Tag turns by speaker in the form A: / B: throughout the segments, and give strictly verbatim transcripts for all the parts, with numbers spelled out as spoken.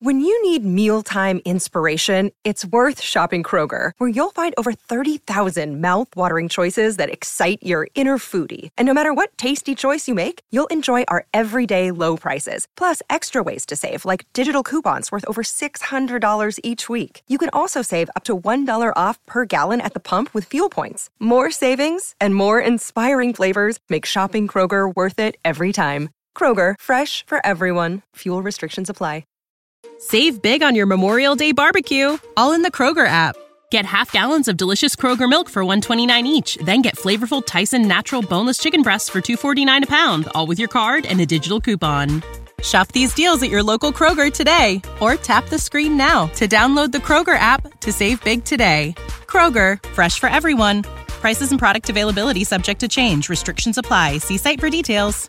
A: When you need mealtime inspiration, it's worth shopping Kroger, where you'll find over thirty thousand mouth-watering choices that excite your inner foodie. And no matter what tasty choice you make, you'll enjoy our everyday low prices, plus extra ways to save, like digital coupons worth over six hundred dollars each week. You can also save up to one dollar off per gallon at the pump with fuel points. More savings and more inspiring flavors make shopping Kroger worth it every time. Kroger, fresh for everyone. Fuel restrictions apply.
B: Save big on your Memorial Day barbecue, all in the Kroger app. Get half gallons of delicious Kroger milk for one dollar and twenty-nine cents each. Then get flavorful Tyson natural boneless chicken breasts for two dollars and forty-nine cents a pound, all with your card and a digital coupon. Shop these deals at your local Kroger today, or tap the screen now to download the Kroger app to save big today. Kroger, fresh for everyone. Prices and product availability subject to change. Restrictions apply. See site for details.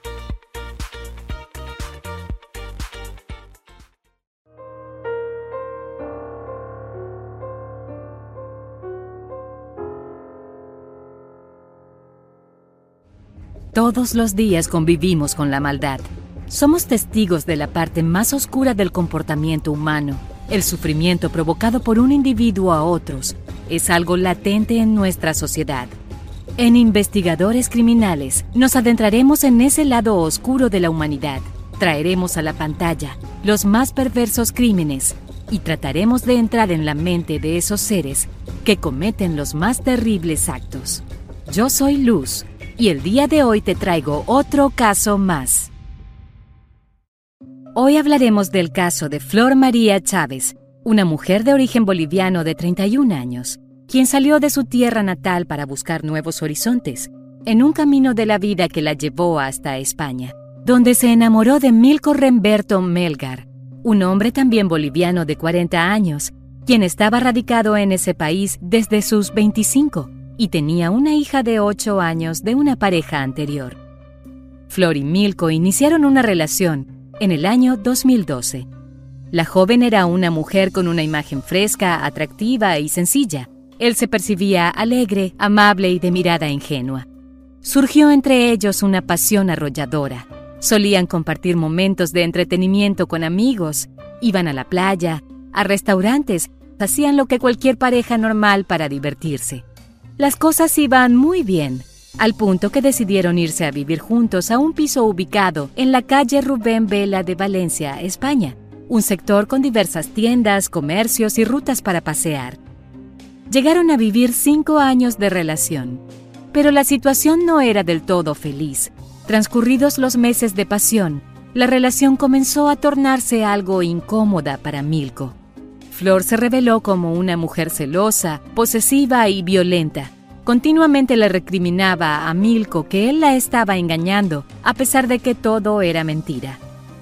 C: Todos los días convivimos con la maldad. Somos testigos de la parte más oscura del comportamiento humano. El sufrimiento provocado por un individuo a otros es algo latente en nuestra sociedad. En Investigadores Criminales nos adentraremos en ese lado oscuro de la humanidad. Traeremos a la pantalla los más perversos crímenes y trataremos de entrar en la mente de esos seres que cometen los más terribles actos. Yo soy Luz. Y el día de hoy te traigo otro caso más. Hoy hablaremos del caso de Flor María Chávez, una mujer de origen boliviano de treinta y un años, quien salió de su tierra natal para buscar nuevos horizontes, en un camino de la vida que la llevó hasta España, donde se enamoró de Milko Remberto Melgar, un hombre también boliviano de cuarenta años, quien estaba radicado en ese país desde sus veinticinco. Y tenía una hija de ocho años de una pareja anterior. Flor y Milko iniciaron una relación en el año dos mil doce. La joven era una mujer con una imagen fresca, atractiva y sencilla. Él se percibía alegre, amable y de mirada ingenua. Surgió entre ellos una pasión arrolladora. Solían compartir momentos de entretenimiento con amigos, iban a la playa, a restaurantes, hacían lo que cualquier pareja normal para divertirse. Las cosas iban muy bien, al punto que decidieron irse a vivir juntos a un piso ubicado en la calle Rubén Vela de Valencia, España, un sector con diversas tiendas, comercios y rutas para pasear. Llegaron a vivir cinco años de relación, pero la situación no era del todo feliz. Transcurridos los meses de pasión, la relación comenzó a tornarse algo incómoda para Milko. Flor se reveló como una mujer celosa, posesiva y violenta. Continuamente le recriminaba a Milko que él la estaba engañando, a pesar de que todo era mentira.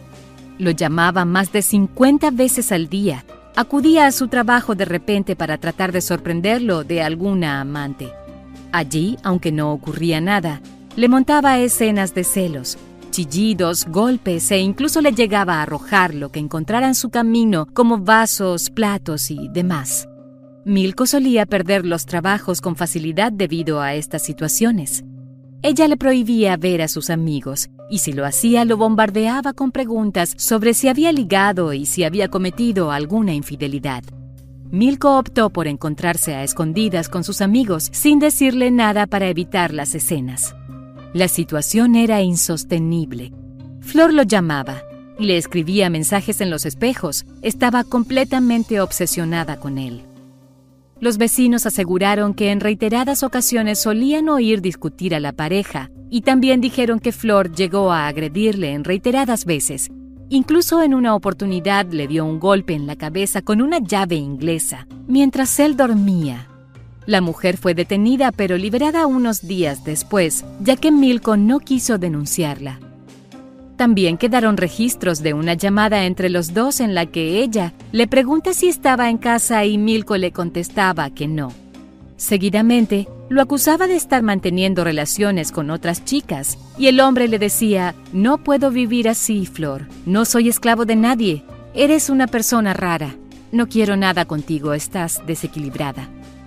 C: Lo llamaba más de cincuenta veces al día. Acudía a su trabajo de repente para tratar de sorprenderlo de alguna amante. Allí, aunque no ocurría nada, le montaba escenas de celos, chillidos, golpes e incluso le llegaba a arrojar lo que encontrara en su camino como vasos, platos y demás. Milko solía perder los trabajos con facilidad debido a estas situaciones. Ella le prohibía ver a sus amigos y si lo hacía lo bombardeaba con preguntas sobre si había ligado y si había cometido alguna infidelidad. Milko optó por encontrarse a escondidas con sus amigos sin decirle nada para evitar las escenas. La situación era insostenible. Flor lo llamaba, le escribía mensajes en los espejos, estaba completamente obsesionada con él. Los vecinos aseguraron que en reiteradas ocasiones solían oír discutir a la pareja y también dijeron que Flor llegó a agredirle en reiteradas veces. Incluso en una oportunidad le dio un golpe en la cabeza con una llave inglesa mientras él dormía. La mujer fue detenida pero liberada unos días después, ya que Milko no quiso denunciarla. También quedaron registros de una llamada entre los dos en la que ella le pregunta si estaba en casa y Milko le contestaba que no. Seguidamente, lo acusaba de estar manteniendo relaciones con otras chicas y el hombre le decía: «No puedo vivir así, Flor. No soy esclavo de nadie. Eres una persona rara. No quiero nada contigo, estás desequilibrada».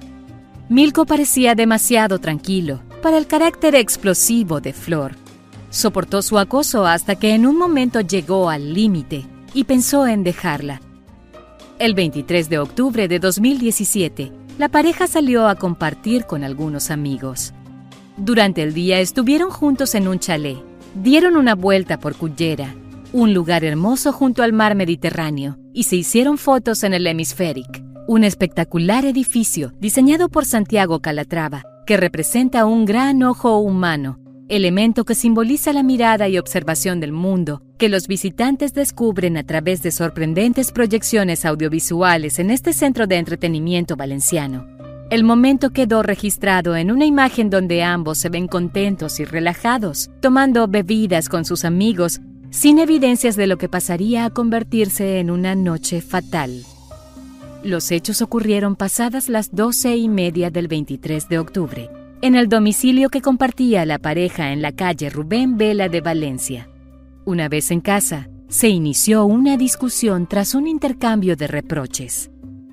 C: Milko parecía demasiado tranquilo para el carácter explosivo de Flor. Soportó su acoso hasta que en un momento llegó al límite y pensó en dejarla. El veintitrés de octubre de dos mil diecisiete, la pareja salió a compartir con algunos amigos. Durante el día estuvieron juntos en un chalet. Dieron una vuelta por Cullera, un lugar hermoso junto al mar Mediterráneo, y se hicieron fotos en el Hemispheric, un espectacular edificio diseñado por Santiago Calatrava, que representa un gran ojo humano, elemento que simboliza la mirada y observación del mundo que los visitantes descubren a través de sorprendentes proyecciones audiovisuales en este centro de entretenimiento valenciano. El momento quedó registrado en una imagen donde ambos se ven contentos y relajados, tomando bebidas con sus amigos, sin evidencias de lo que pasaría a convertirse en una noche fatal. Los hechos ocurrieron pasadas las doce y media del veintitrés de octubre, en el domicilio que compartía la pareja en la calle Rubén Vela de Valencia. Una vez en casa, se inició una discusión tras un intercambio de reproches.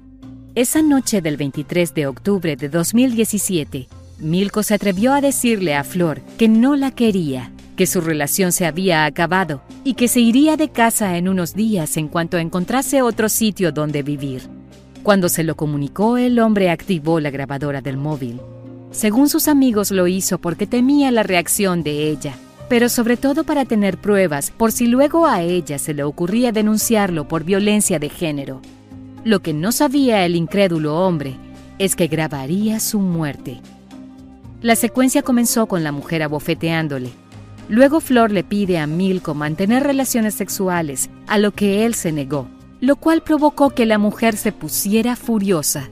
C: Esa noche del veintitrés de octubre de dos mil diecisiete, Milko se atrevió a decirle a Flor que no la quería, que su relación se había acabado y que se iría de casa en unos días en cuanto encontrase otro sitio donde vivir. Cuando se lo comunicó, el hombre activó la grabadora del móvil. Según sus amigos, lo hizo porque temía la reacción de ella, pero sobre todo para tener pruebas por si luego a ella se le ocurría denunciarlo por violencia de género. Lo que no sabía el incrédulo hombre es que grabaría su muerte. La secuencia comenzó con la mujer abofeteándole. Luego Flor le pide a Milko mantener relaciones sexuales, a lo que él se negó, lo cual provocó que la mujer se pusiera furiosa.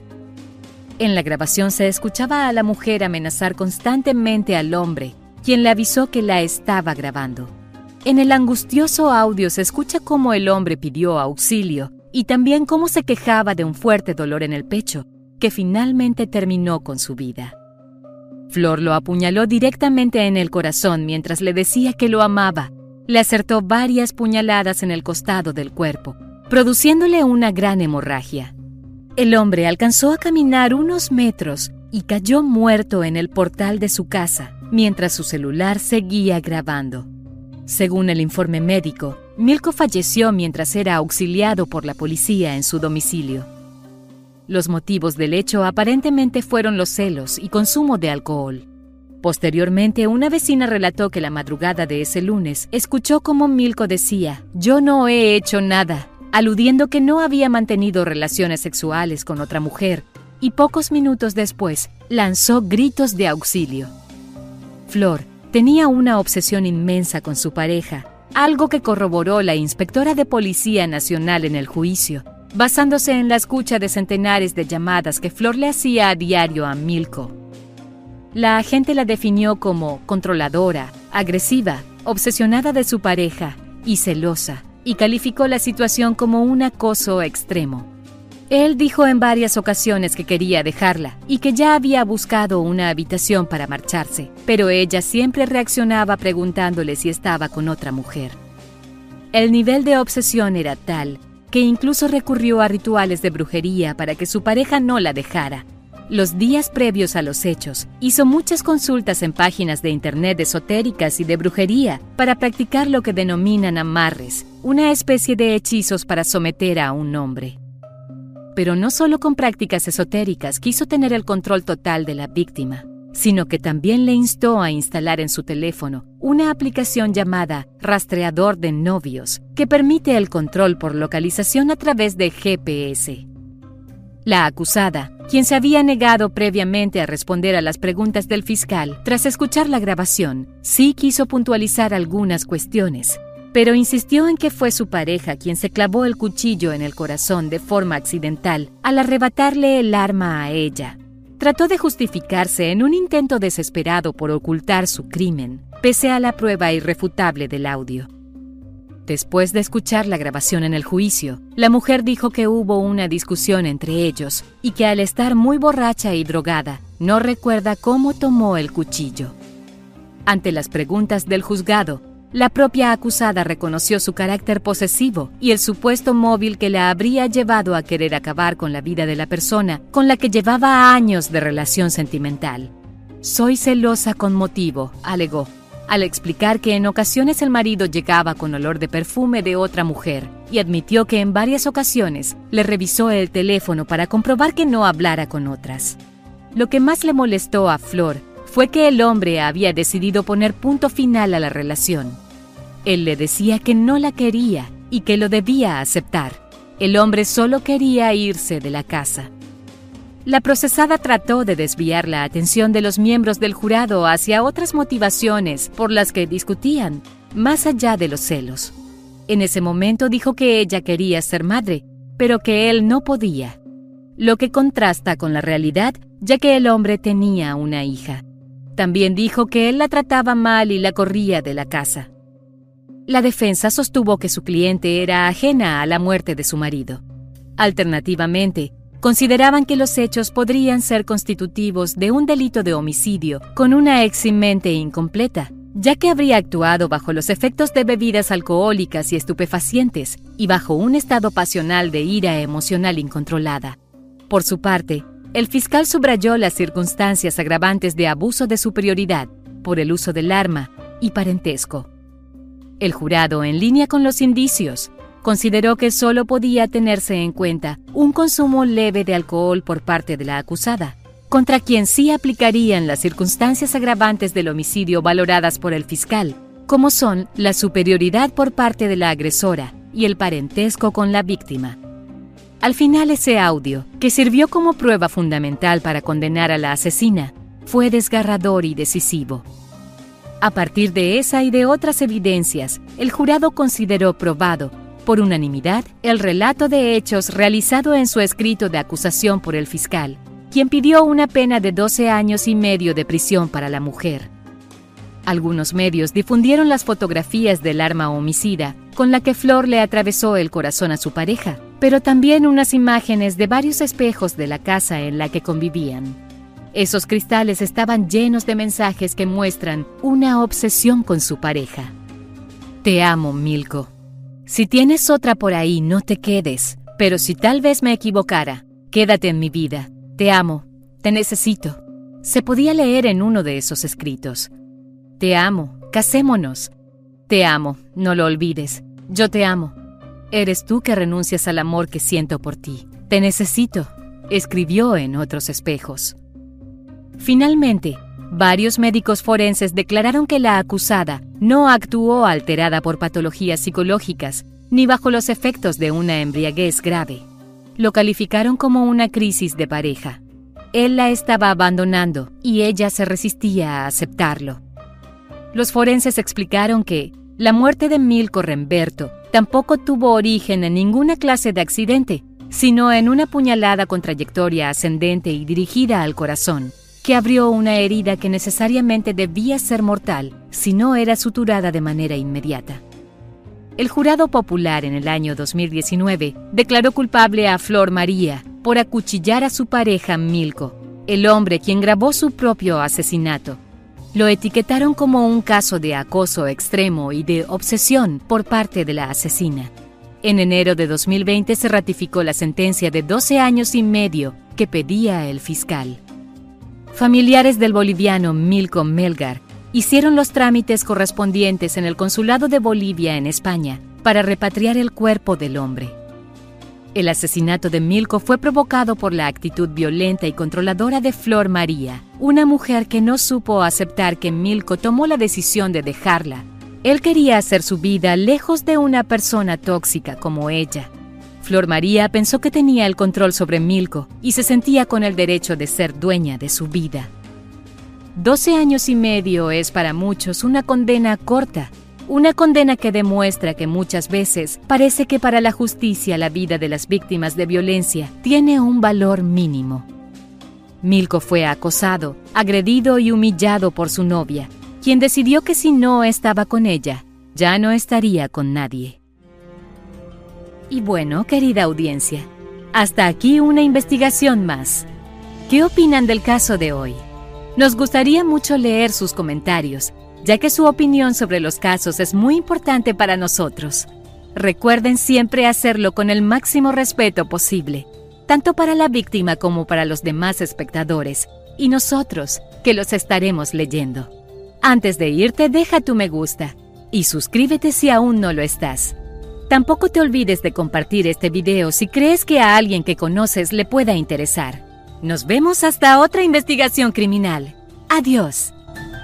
C: En la grabación se escuchaba a la mujer amenazar constantemente al hombre, quien le avisó que la estaba grabando. En el angustioso audio se escucha cómo el hombre pidió auxilio y también cómo se quejaba de un fuerte dolor en el pecho, que finalmente terminó con su vida. Flor lo apuñaló directamente en el corazón mientras le decía que lo amaba. Le acertó varias puñaladas en el costado del cuerpo, produciéndole una gran hemorragia. El hombre alcanzó a caminar unos metros y cayó muerto en el portal de su casa, mientras su celular seguía grabando. Según el informe médico, Milko falleció mientras era auxiliado por la policía en su domicilio. Los motivos del hecho aparentemente fueron los celos y consumo de alcohol. Posteriormente, una vecina relató que la madrugada de ese lunes escuchó cómo Milko decía: «Yo no he hecho nada», aludiendo que no había mantenido relaciones sexuales con otra mujer, y pocos minutos después lanzó gritos de auxilio. Flor tenía una obsesión inmensa con su pareja, algo que corroboró la inspectora de Policía Nacional en el juicio, basándose en la escucha de centenares de llamadas que Flor le hacía a diario a Milko. La agente la definió como controladora, agresiva, obsesionada de su pareja y celosa, y calificó la situación como un acoso extremo. Él dijo en varias ocasiones que quería dejarla y que ya había buscado una habitación para marcharse, pero ella siempre reaccionaba preguntándole si estaba con otra mujer. El nivel de obsesión era tal que incluso recurrió a rituales de brujería para que su pareja no la dejara. Los días previos a los hechos, hizo muchas consultas en páginas de internet esotéricas y de brujería para practicar lo que denominan amarres, una especie de hechizos para someter a un hombre. Pero no solo con prácticas esotéricas quiso tener el control total de la víctima, sino que también le instó a instalar en su teléfono una aplicación llamada Rastreador de Novios, que permite el control por localización a través de G P S. La acusada, quien se había negado previamente a responder a las preguntas del fiscal tras escuchar la grabación, sí quiso puntualizar algunas cuestiones, pero insistió en que fue su pareja quien se clavó el cuchillo en el corazón de forma accidental al arrebatarle el arma a ella. Trató de justificarse en un intento desesperado por ocultar su crimen, pese a la prueba irrefutable del audio. Después de escuchar la grabación en el juicio, la mujer dijo que hubo una discusión entre ellos y que al estar muy borracha y drogada, no recuerda cómo tomó el cuchillo. Ante las preguntas del juzgado, la propia acusada reconoció su carácter posesivo y el supuesto móvil que la habría llevado a querer acabar con la vida de la persona con la que llevaba años de relación sentimental. «Soy celosa con motivo», alegó, al explicar que en ocasiones el marido llegaba con olor de perfume de otra mujer y admitió que en varias ocasiones le revisó el teléfono para comprobar que no hablara con otras. Lo que más le molestó a Flor fue que el hombre había decidido poner punto final a la relación. Él le decía que no la quería y que lo debía aceptar. El hombre solo quería irse de la casa. La procesada trató de desviar la atención de los miembros del jurado hacia otras motivaciones por las que discutían, más allá de los celos. En ese momento dijo que ella quería ser madre, pero que él no podía, lo que contrasta con la realidad, ya que el hombre tenía una hija. También dijo que él la trataba mal y la corría de la casa. La defensa sostuvo que su cliente era ajena a la muerte de su marido. Alternativamente, consideraban que los hechos podrían ser constitutivos de un delito de homicidio con una eximente incompleta, ya que habría actuado bajo los efectos de bebidas alcohólicas y estupefacientes y bajo un estado pasional de ira emocional incontrolada. Por su parte, el fiscal subrayó las circunstancias agravantes de abuso de superioridad por el uso del arma y parentesco. El jurado, en línea con los indicios, consideró que solo podía tenerse en cuenta un consumo leve de alcohol por parte de la acusada, contra quien sí aplicarían las circunstancias agravantes del homicidio valoradas por el fiscal, como son la superioridad por parte de la agresora y el parentesco con la víctima. Al final, ese audio, que sirvió como prueba fundamental para condenar a la asesina, fue desgarrador y decisivo. A partir de esa y de otras evidencias, el jurado consideró probado, por unanimidad, el relato de hechos realizado en su escrito de acusación por el fiscal, quien pidió una pena de doce años y medio de prisión para la mujer. Algunos medios difundieron las fotografías del arma homicida con la que Flor le atravesó el corazón a su pareja, pero también unas imágenes de varios espejos de la casa en la que convivían. Esos cristales estaban llenos de mensajes que muestran una obsesión con su pareja. Te amo, Milko. Si tienes otra por ahí, no te quedes, pero si tal vez me equivocara, quédate en mi vida. Te amo, te necesito. Se podía leer en uno de esos escritos. Te amo, casémonos. Te amo, no lo olvides. Yo te amo. Eres tú que renuncias al amor que siento por ti. Te necesito, escribió en otros espejos. Finalmente, varios médicos forenses declararon que la acusada no actuó alterada por patologías psicológicas ni bajo los efectos de una embriaguez grave. Lo calificaron como una crisis de pareja. Él la estaba abandonando y ella se resistía a aceptarlo. Los forenses explicaron que la muerte de Milko Remberto tampoco tuvo origen en ninguna clase de accidente, sino en una puñalada con trayectoria ascendente y dirigida al corazón, que abrió una herida que necesariamente debía ser mortal si no era suturada de manera inmediata. El jurado popular en el año dos mil diecinueve declaró culpable a Flor María por acuchillar a su pareja Milko, el hombre quien grabó su propio asesinato. Lo etiquetaron como un caso de acoso extremo y de obsesión por parte de la asesina. En enero de dos mil veinte se ratificó la sentencia de doce años y medio que pedía el fiscal. Familiares del boliviano Milko Melgar hicieron los trámites correspondientes en el Consulado de Bolivia en España para repatriar el cuerpo del hombre. El asesinato de Milko fue provocado por la actitud violenta y controladora de Flor María, una mujer que no supo aceptar que Milko tomó la decisión de dejarla. Él quería hacer su vida lejos de una persona tóxica como ella. Flor María pensó que tenía el control sobre Milko y se sentía con el derecho de ser dueña de su vida. Doce años y medio es para muchos una condena corta, una condena que demuestra que muchas veces parece que para la justicia la vida de las víctimas de violencia tiene un valor mínimo. Milko fue acosado, agredido y humillado por su novia, quien decidió que si no estaba con ella, ya no estaría con nadie. Y bueno, querida audiencia, hasta aquí una investigación más. ¿Qué opinan del caso de hoy? Nos gustaría mucho leer sus comentarios, ya que su opinión sobre los casos es muy importante para nosotros. Recuerden siempre hacerlo con el máximo respeto posible, tanto para la víctima como para los demás espectadores, y nosotros, que los estaremos leyendo. Antes de irte, deja tu me gusta y suscríbete si aún no lo estás. Tampoco te olvides de compartir este video si crees que a alguien que conoces le pueda interesar. Nos vemos hasta otra investigación criminal. Adiós.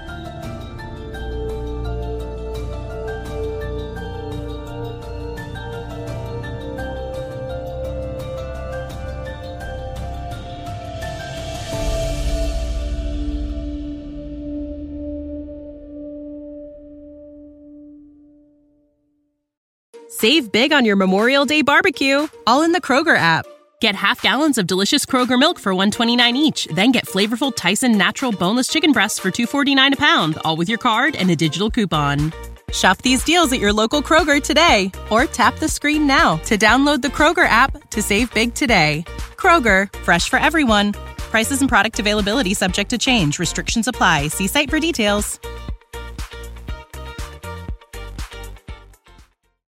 B: Save big on your Memorial Day barbecue, all in the Kroger app. Get half gallons of delicious Kroger milk for one dollar and twenty-nine cents each. Then get flavorful Tyson natural boneless chicken breasts for two dollars and forty-nine cents a pound, all with your card and a digital coupon. Shop these deals at your local Kroger today, or tap the screen now to download the Kroger app to save big today. Kroger, fresh for everyone. Prices and product availability subject to change. Restrictions apply. See site for details.